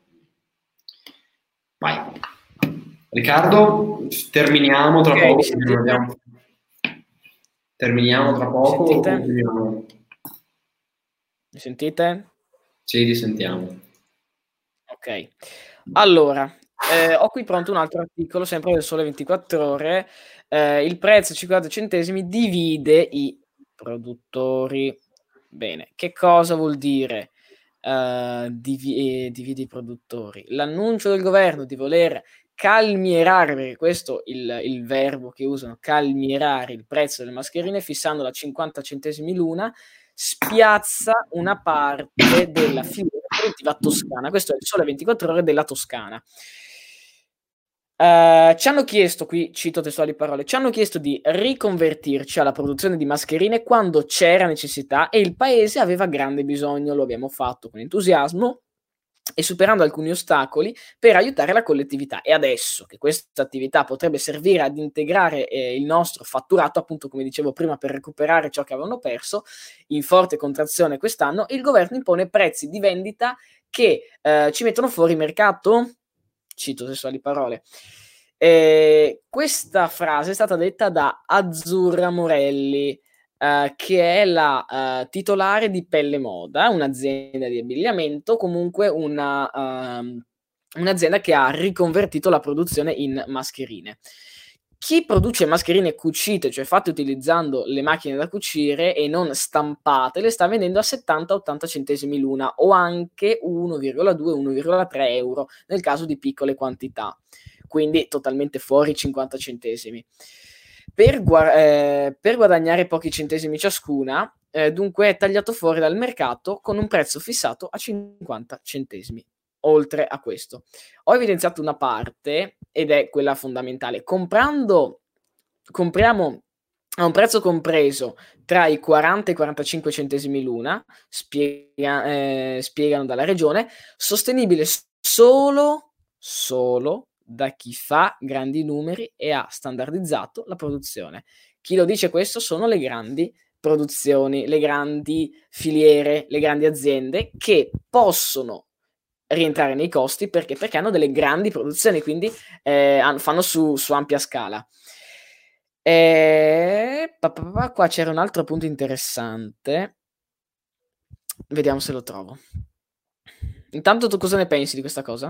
Vai. Riccardo, terminiamo tra okay, poco. Abbiamo... Terminiamo tra poco. Sentite? Continuiamo. Mi sentite? Sì, li sentiamo. Ok, allora, eh, ho qui pronto un altro articolo, sempre del Sole ventiquattro Ore. Eh, il prezzo cinquanta centesimi divide i produttori. Bene, che cosa vuol dire uh, divi- eh, divide i produttori? L'annuncio del governo di voler calmierare, perché questo è il, il verbo che usano, calmierare il prezzo delle mascherine fissandolo a cinquanta centesimi l'una, spiazza una parte della filiera produttiva toscana. Questo è il Sole ventiquattro Ore della Toscana. Uh, ci hanno chiesto, qui cito testuali parole, ci hanno chiesto di riconvertirci alla produzione di mascherine quando c'era necessità e il paese aveva grande bisogno. Lo abbiamo fatto con entusiasmo e superando alcuni ostacoli per aiutare la collettività. E adesso che questa attività potrebbe servire ad integrare eh, il nostro fatturato, appunto come dicevo prima, per recuperare ciò che avevano perso in forte contrazione quest'anno, il governo impone prezzi di vendita che eh, ci mettono fuori mercato. Cito testuali parole. Eh, questa frase è stata detta da Azzurra Morelli, Uh, che è la uh, titolare di Pelle Moda, un'azienda di abbigliamento, comunque una, uh, un'azienda che ha riconvertito la produzione in mascherine. Chi produce mascherine cucite, cioè fatte utilizzando le macchine da cucire e non stampate, le sta vendendo a settanta ottanta centesimi l'una o anche uno virgola due uno virgola tre euro nel caso di piccole quantità, quindi totalmente fuori cinquanta centesimi. Per, gua- eh, per guadagnare pochi centesimi ciascuna, eh, dunque è tagliato fuori dal mercato con un prezzo fissato a cinquanta centesimi. Oltre a questo, ho evidenziato una parte ed è quella fondamentale. Comprando, compriamo a un prezzo compreso tra i quaranta e i quarantacinque centesimi l'una, spiega, eh, spiegano dalla regione, sostenibile solo, solo da chi fa grandi numeri e ha standardizzato la produzione. Chi lo dice questo sono le grandi produzioni, le grandi filiere, le grandi aziende che possono rientrare nei costi perché, perché hanno delle grandi produzioni, quindi eh, fanno su, su ampia scala. E... qua c'era un altro punto interessante, vediamo se lo trovo. Intanto tu cosa ne pensi di questa cosa?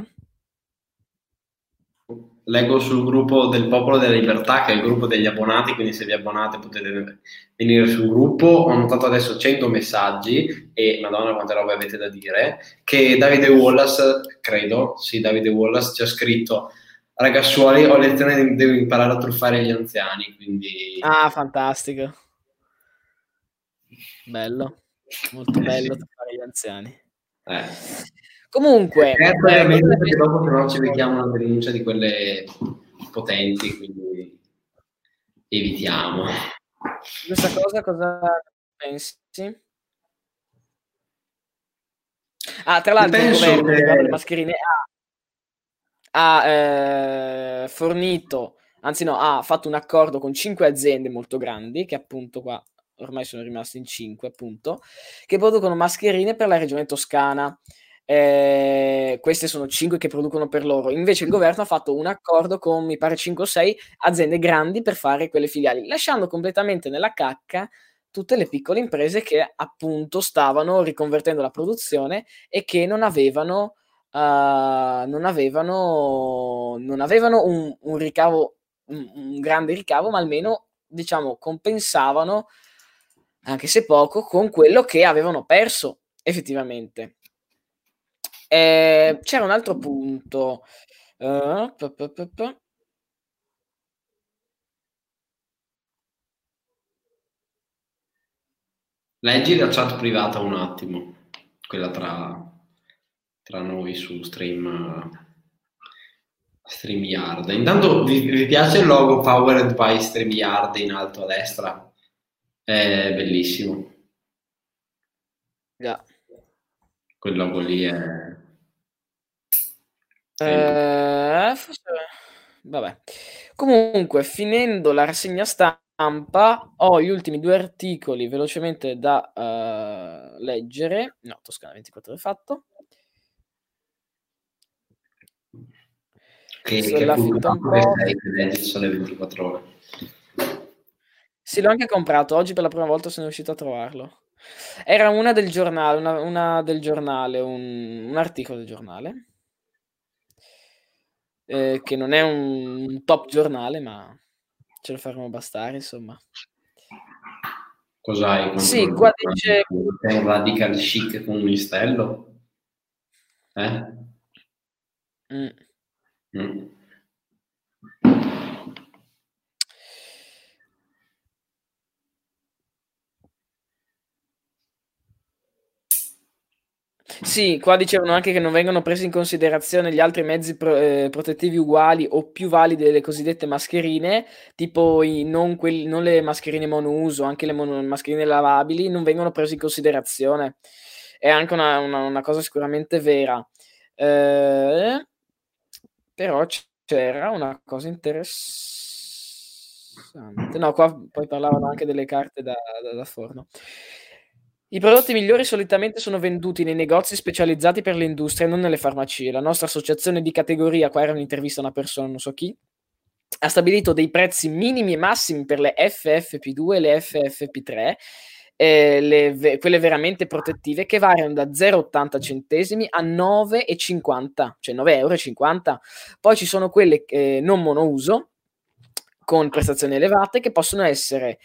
Leggo sul gruppo del Popolo della Libertà, che è il gruppo degli abbonati, quindi se vi abbonate potete venire sul gruppo. Ho notato adesso cento messaggi e madonna quante robe avete da dire, che Davide Wallace, credo, sì, Davide Wallace ci ha scritto: ragazzuoli, ho lezione, devo imparare a truffare gli anziani, quindi... Ah, fantastico. Bello, molto bello sì. truffare gli anziani. Eh. Comunque, eh, eh, ovviamente perché dopo se no ci becchiamo una denuncia di quelle potenti, quindi evitiamo. Questa cosa cosa pensi? Ah, tra l'altro il Penso governo che... riguardo le mascherine ha, ha eh, fornito anzi no, ha fatto un accordo con cinque aziende molto grandi, che appunto qua ormai sono rimasti in cinque appunto, che producono mascherine per la regione Toscana. Eh, queste sono cinque che producono per loro. Invece il governo ha fatto un accordo con, mi pare, cinque o sei aziende grandi per fare quelle filiali, lasciando completamente nella cacca tutte le piccole imprese che appunto stavano riconvertendo la produzione e che non avevano, uh, non avevano, non avevano un, un ricavo, un, un grande ricavo, ma almeno, diciamo, compensavano, anche se poco, con quello che avevano perso effettivamente. Eh, c'era un altro punto. Uh, p- p- p- p- Leggi la chat privata un attimo, quella tra, tra noi su Stream, StreamYard. Intanto vi, vi piace il logo Powered by StreamYard in alto a destra? È bellissimo. Yeah. Quel logo lì è... Eh, forse... Vabbè. Comunque, finendo la rassegna stampa, ho gli ultimi due articoli velocemente da uh, leggere. No, Toscana ventiquattro ore fatto. Che, che appunto un po'. Sei, che leggi solo ventiquattro ore. Sì, l'ho anche comprato. Oggi per la prima volta sono riuscito a trovarlo. Era una del giornale, una, una del giornale, un, un articolo del giornale. Eh, che non è un, un top giornale, ma ce lo faremo bastare, insomma. Cos'hai contro? Sì, qua dice... Sei un radical chic con un listello? Eh? Mm. Mm. Sì, qua dicevano anche che non vengono presi in considerazione gli altri mezzi pro- eh, protettivi uguali o più validi delle cosiddette mascherine, tipo i, non, quelli, non le mascherine monouso, anche le mono, mascherine lavabili, non vengono prese in considerazione. È anche una, una, una cosa sicuramente vera. Eh, però c'era una cosa interessante. No, qua poi parlavano anche delle carte da, da, da forno. I prodotti migliori solitamente sono venduti nei negozi specializzati per l'industria e non nelle farmacie. La nostra associazione di categoria, qua era un'intervista a una persona, non so chi, ha stabilito dei prezzi minimi e massimi per le F F P due e le F F P tre, eh, le, quelle veramente protettive, che variano da zero virgola ottanta centesimi a nove virgola cinquanta, cioè nove virgola cinquanta. Poi ci sono quelle eh, non monouso, con prestazioni elevate, che possono essere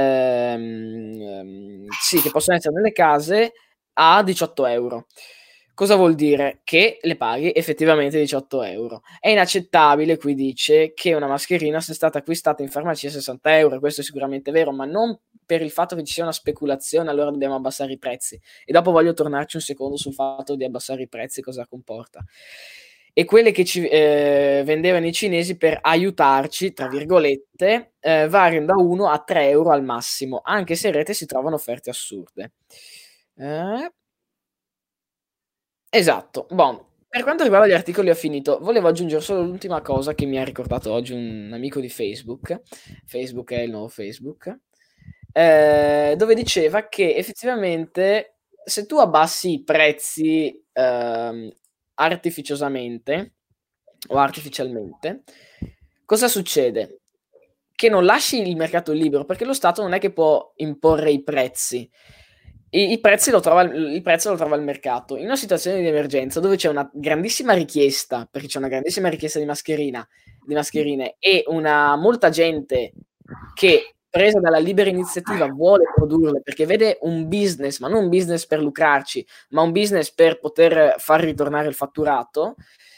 ehm, sì, che possono essere nelle case a diciotto euro. Cosa vuol dire? Che le paghi effettivamente diciotto euro. È inaccettabile, qui dice, che una mascherina sia stata acquistata in farmacia a sessanta euro. Questo è sicuramente vero, ma non per il fatto che ci sia una speculazione, allora dobbiamo abbassare i prezzi. E dopo voglio tornarci un secondo sul fatto di abbassare i prezzi, cosa comporta. E quelle che ci eh, vendevano i cinesi per aiutarci, tra virgolette, eh, variano da uno a tre euro al massimo, anche se in rete si trovano offerte assurde. Eh... Esatto. Bon. Per quanto riguarda gli articoli ho finito. Volevo aggiungere solo l'ultima cosa che mi ha ricordato oggi un amico di Facebook. Facebook è il nuovo Facebook. Eh, dove diceva che effettivamente se tu abbassi i prezzi ehm, artificiosamente o artificialmente, cosa succede? Che non lasci il mercato libero, perché lo Stato non è che può imporre i prezzi. I, i prezzi lo trova, il prezzo lo trova il mercato. In una situazione di emergenza dove c'è una grandissima richiesta, perché c'è una grandissima richiesta di mascherina, di mascherine, e una molta gente che, presa dalla libera iniziativa, vuole produrle perché vede un business, ma non un business per lucrarci, ma un business per poter far ritornare il fatturato,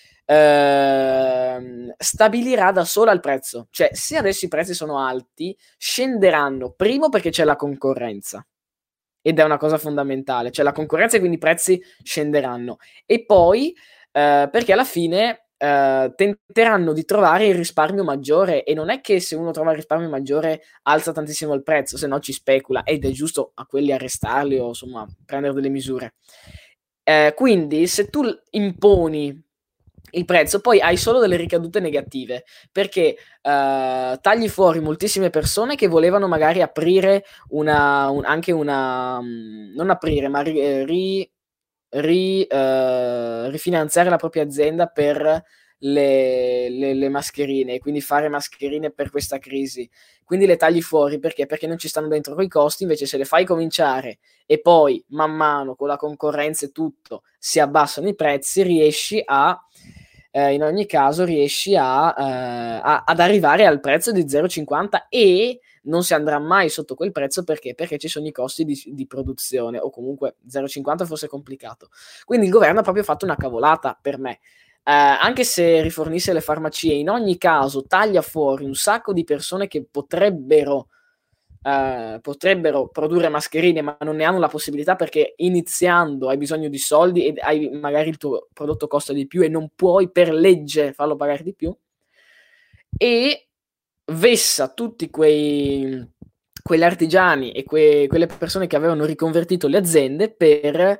ehm, stabilirà da sola il prezzo. Cioè, se adesso i prezzi sono alti, scenderanno, primo perché c'è la concorrenza, ed è una cosa fondamentale, cioè la concorrenza, e quindi i prezzi scenderanno, e poi eh, perché alla fine eh, tenteranno di trovare il risparmio maggiore, e non è che se uno trova il risparmio maggiore alza tantissimo il prezzo, se no ci specula, ed è giusto a quelli arrestarli o insomma prendere delle misure. Eh, quindi se tu imponi il prezzo, poi hai solo delle ricadute negative, perché uh, tagli fuori moltissime persone che volevano magari aprire una, un, anche una, non aprire, ma ri, ri, ri, uh, rifinanziare la propria azienda per le, le, le mascherine, quindi fare mascherine per questa crisi. Quindi le tagli fuori perché? Perché non ci stanno dentro quei costi, invece se le fai cominciare e poi man mano con la concorrenza e tutto si abbassano i prezzi, riesci a eh, in ogni caso riesci a, eh, a, ad arrivare al prezzo di zero virgola cinquanta e non si andrà mai sotto quel prezzo perché? Perché ci sono i costi di, di produzione o comunque zero virgola cinquanta forse è complicato. Quindi il governo ha proprio fatto una cavolata per me. Eh, anche se rifornisse le farmacie, in ogni caso taglia fuori un sacco di persone che potrebbero Uh, potrebbero produrre mascherine ma non ne hanno la possibilità perché iniziando hai bisogno di soldi e hai, magari il tuo prodotto costa di più e non puoi per legge farlo pagare di più, e vessa tutti quei quegli artigiani e que, quelle persone che avevano riconvertito le aziende per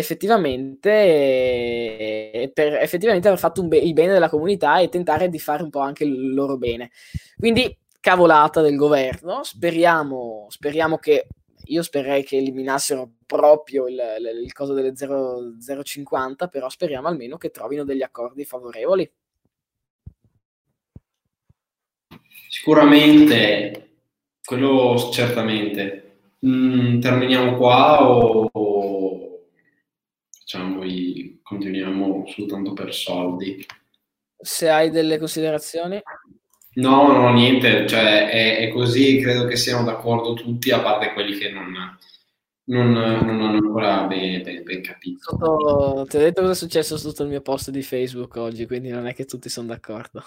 effettivamente per effettivamente aver fatto un be- il bene della comunità e tentare di fare un po' anche il loro bene. Quindi cavolata del governo, speriamo, speriamo che, io spererei che eliminassero proprio il, il, il coso delle zero virgola cinquanta, però speriamo almeno che trovino degli accordi favorevoli. Sicuramente, quello certamente. Mm, terminiamo qua o, o diciamo, continuiamo soltanto per soldi? Se hai delle considerazioni? No, no, niente, cioè è, è così, credo che siano d'accordo tutti, a parte quelli che non, non, non hanno ancora ben, ben, ben capito. Sotto, ti ho detto cosa è successo sotto il mio post di Facebook oggi, quindi non è che tutti sono d'accordo.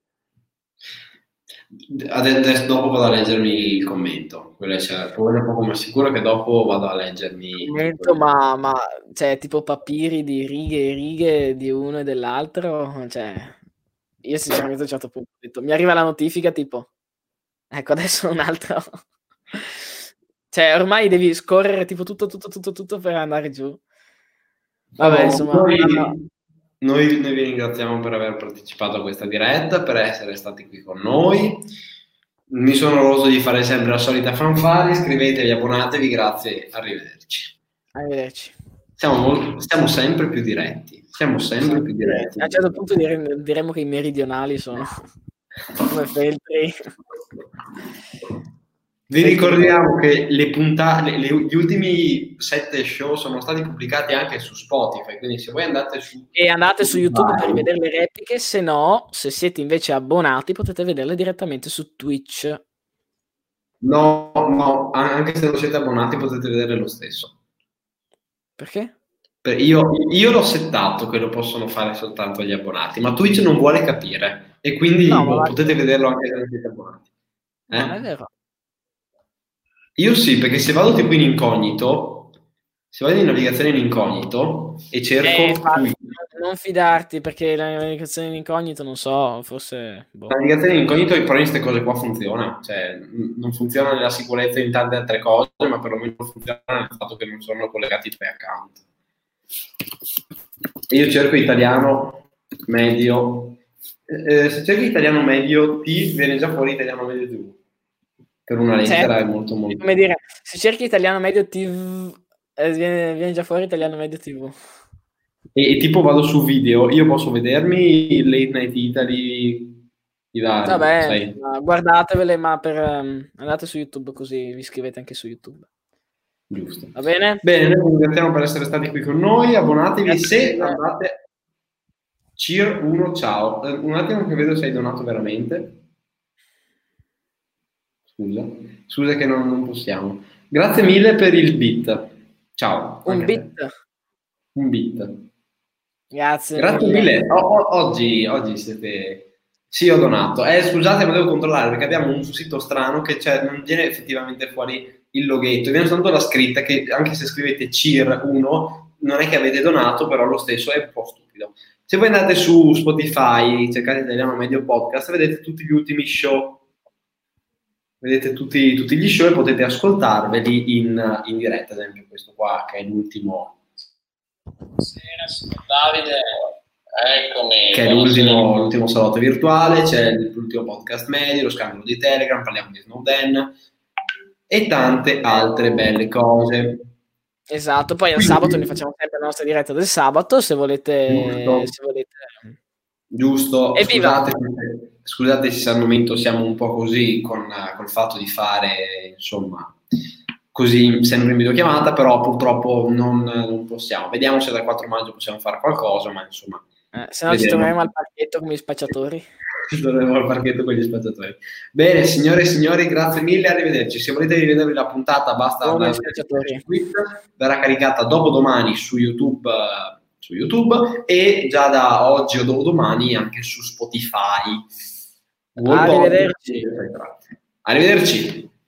Adesso dopo vado a leggermi il commento, quello è certo, quello è poco ma sicuro che dopo vado a leggermi il commento, ma, ma cioè tipo papiri di righe e righe di uno e dell'altro, cioè io sinceramente a un certo punto ho detto, mi arriva la notifica tipo ecco adesso un altro cioè ormai devi scorrere tipo tutto tutto tutto tutto per andare giù. Vabbè, insomma, noi, no. noi, noi vi ringraziamo per aver partecipato a questa diretta, per essere stati qui con noi. Mi sono rotto di fare sempre la solita fanfara, iscrivetevi, abbonatevi, grazie, arrivederci. Arrivederci. Siamo, molto, siamo sempre più diretti, siamo sempre più diretti. A un certo punto diremo, diremo che i meridionali sono come Feltri. Vi ricordiamo che le puntate, le, gli ultimi sette show sono stati pubblicati anche su Spotify, quindi se voi andate su e andate su YouTube per vedere le repliche, se no, se siete invece abbonati potete vederle direttamente su Twitch. No, no, anche se non siete abbonati potete vedere lo stesso. Perché? Io, io l'ho settato che lo possono fare soltanto gli abbonati, ma Twitch non vuole capire e quindi no, boh, ma potete vederlo anche se non siete abbonati. Eh? Non è vero. Io sì, perché se vado tipo in incognito, se vado in navigazione in incognito e cerco eh, Twitch, non fidarti perché la navigazione in incognito non so, forse boh. La navigazione in incognito però in queste cose qua funziona, cioè non funziona nella sicurezza in tante altre cose, ma perlomeno funziona nel fatto che non sono collegati i tuoi account. E io cerco italiano medio, eh, se cerchi italiano medio T viene già fuori italiano medio tivù, per una lettera certo. È molto molto... Come dire, se cerchi italiano medio tivù, eh, viene, viene già fuori italiano medio tivù. E, e tipo vado su video, io posso vedermi il Late Night Italy, i vari, vabbè, sai? guardatevele, ma per, um, andate su YouTube così vi iscrivete anche su YouTube. Giusto. Va bene? Bene, noi vi ringraziamo per essere stati qui con noi, abbonatevi se andate... Cheer uno, ciao. Un attimo che vedo se hai donato veramente. Scusa, scusa che non, non possiamo. Grazie mille per il bit. Ciao. Un bit. Un bit. Grazie, Grazie mille. mille. O, o, oggi, oggi siete... Sì, ho donato. Eh, scusate, ma devo controllare perché abbiamo un sito strano che cioè, non viene effettivamente fuori il loghetto, viene soltanto la scritta che anche se scrivete Cheer uno non è che avete donato, però lo stesso è un po' stupido. Se voi andate su Spotify, cercate Italiano Medio Podcast, vedete tutti gli ultimi show, vedete tutti, tutti gli show e potete ascoltarveli in, in diretta, ad esempio questo qua che è l'ultimo. Buonasera, sono Davide. Eccomi. Che è l'ultimo, l'ultimo salotto virtuale, c'è l'ultimo podcast medio, lo scambio di Telegram, parliamo di Snowden e tante altre belle cose. Esatto, poi al Quindi, sabato ne facciamo sempre la nostra diretta del sabato, se volete... Se volete... Giusto, Evviva! scusate, scusate se al momento siamo un po' così con col fatto di fare, insomma, così sempre in videochiamata, però purtroppo non, non possiamo. Vediamo se dal quattro maggio possiamo fare qualcosa, ma insomma... Eh, se no ci troveremo al parchetto come gli spacciatori. Ci troveremo al parchetto con gli spacciatori. Bene, signore e signori, grazie mille, arrivederci. Se volete rivedervi la puntata, basta andare su Twitter, verrà caricata dopodomani su YouTube, su YouTube e già da oggi o dopodomani anche su Spotify. Arrivederci. Arrivederci.